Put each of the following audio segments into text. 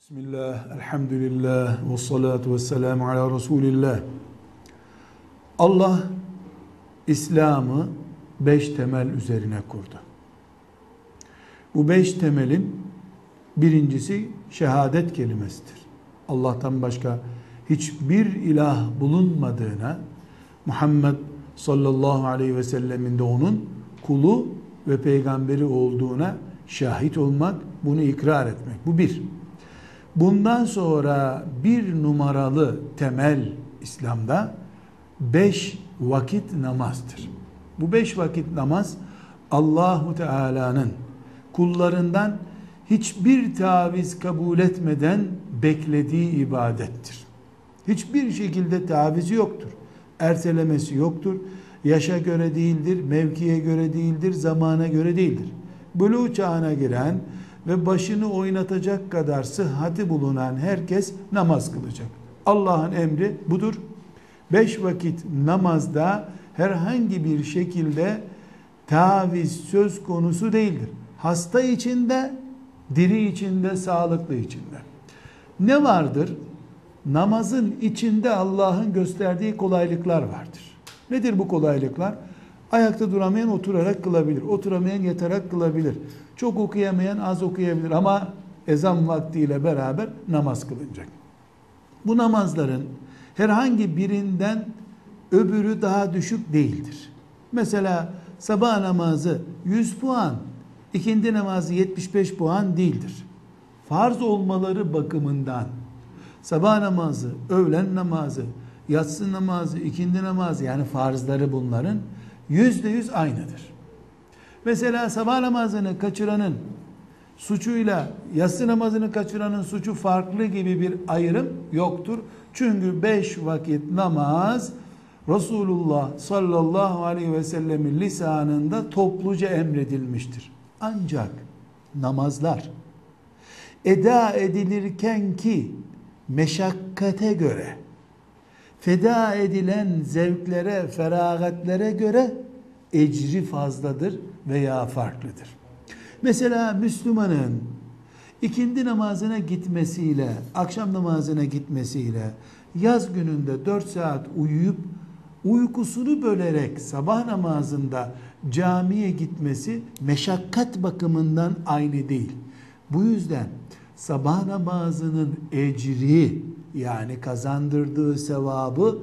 Bismillah, elhamdülillah, ve salatu ve selamu ala Resulillah. Allah İslam'ı 5 temel üzerine kurdu. Bu 5 temelin birincisi şehadet kelimesidir. Allah'tan başka hiçbir ilah bulunmadığına, Muhammed sallallahu aleyhi ve sellemin de onun kulu ve peygamberi olduğuna şahit olmak, bunu ikrar etmek. Bu bir. Bundan sonra bir numaralı temel İslam'da 5 vakit namazdır. Bu 5 vakit namaz Allahu Teala'nın kullarından hiçbir taviz kabul etmeden beklediği ibadettir. Hiçbir şekilde tavizi yoktur. Ertelemesi yoktur. Yaşa göre değildir, mevkiye göre değildir, zamana göre değildir. Buluğ çağına giren ve başını oynatacak kadar sıhhati bulunan herkes namaz kılacak. Allah'ın emri budur. 5 vakit namazda herhangi bir şekilde taviz söz konusu değildir. Hasta içinde, diri içinde, sağlıklı içinde. Ne vardır? Namazın içinde Allah'ın gösterdiği kolaylıklar vardır. Nedir bu kolaylıklar? Ayakta duramayan oturarak kılabilir. Oturamayan yatarak kılabilir. Çok okuyamayan az okuyabilir ama ezan vaktiyle beraber namaz kılınacak. Bu namazların herhangi birinden öbürü daha düşük değildir. Mesela sabah namazı 100 puan, ikindi namazı 75 puan değildir. Farz olmaları bakımından sabah namazı, öğlen namazı, yatsı namazı, ikindi namazı, yani farzları bunların %100 aynıdır. Mesela sabah namazını kaçıranın suçuyla yatsı namazını kaçıranın suçu farklı gibi bir ayrım yoktur. Çünkü 5 vakit namaz Resulullah sallallahu aleyhi ve sellemin lisanında topluca emredilmiştir. Ancak namazlar eda edilirken ki meşakkate göre, feda edilen zevklere, feragatlere göre ecri fazladır veya farklıdır. Mesela Müslümanın ikindi namazına gitmesiyle, akşam namazına gitmesiyle, yaz gününde 4 saat uyuyup, uykusunu bölerek sabah namazında camiye gitmesi meşakkat bakımından aynı değil. Bu yüzden sabah namazının ecri, yani kazandırdığı sevabı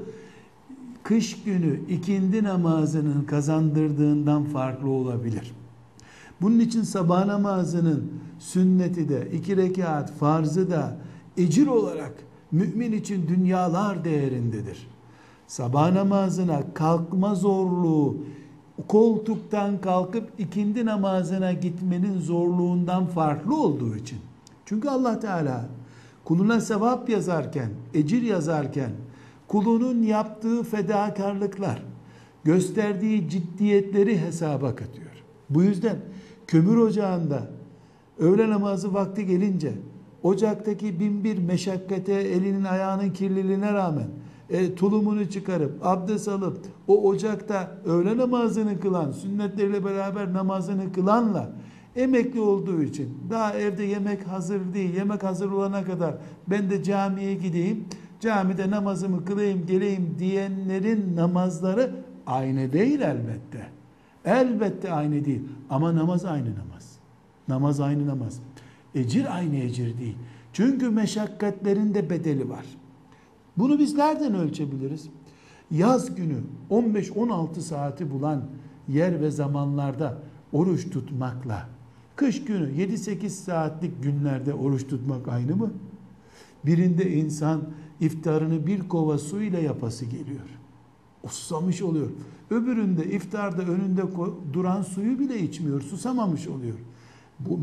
kış günü ikindi namazının kazandırdığından farklı olabilir. Bunun için sabah namazının sünneti de 2 rekat, farzı da ecir olarak mümin için dünyalar değerindedir. Sabah namazına kalkma zorluğu, koltuktan kalkıp ikindi namazına gitmenin zorluğundan farklı olduğu için. Çünkü Allah Teala kuluna sevap yazarken, ecir yazarken, kulunun yaptığı fedakarlıklar, gösterdiği ciddiyetleri hesaba katıyor. Bu yüzden kömür ocağında öğle namazı vakti gelince ocaktaki binbir meşakkate, elinin ayağının kirliliğine rağmen tulumunu çıkarıp abdest alıp o ocakta öğle namazını kılan, sünnetleriyle beraber namazını kılanla emekli olduğu için daha evde yemek hazır değil, yemek hazır olana kadar ben de camiye gideyim, camide namazımı kılayım geleyim diyenlerin namazları aynı değil elbette. Elbette aynı değil ama namaz aynı namaz. Namaz aynı namaz. Ecir aynı ecir değil. Çünkü meşakkatlerin de bedeli var. Bunu biz nereden ölçebiliriz? Yaz günü 15-16 saati bulan yer ve zamanlarda oruç tutmakla kış günü 7-8 saatlik günlerde oruç tutmak aynı mı? Birinde insan iftarını bir kova su ile yapası geliyor. O susamış oluyor. Öbüründe iftarda önünde duran suyu bile içmiyor. Susamamış oluyor. Bu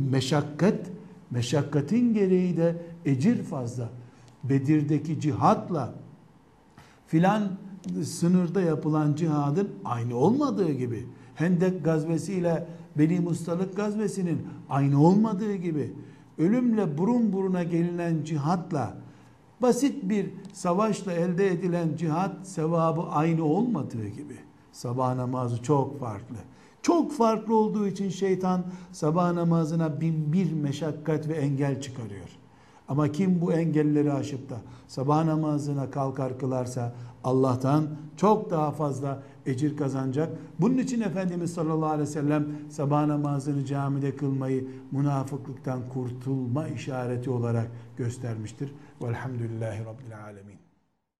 meşakkatin gereği de ecir fazla. Bedir'deki cihatla filan sınırda yapılan cihadın aynı olmadığı gibi, Hendek gazvesiyle Beni Mustalık gazvesinin aynı olmadığı gibi, ölümle burun buruna gelinen cihatla basit bir savaşla elde edilen cihat sevabı aynı olmadığı gibi, sabah namazı çok farklı. Çok farklı olduğu için şeytan sabah namazına 1001 meşakkat ve engel çıkarıyor. Ama kim bu engelleri aşıp da sabah namazına kalkar kılarsa Allah'tan çok daha fazla ecir kazanacak. Bunun için Efendimiz sallallahu aleyhi ve sellem sabah namazını camide kılmayı münafıklıktan kurtulma işareti olarak göstermiştir. Velhamdülillahi Rabbil alemin.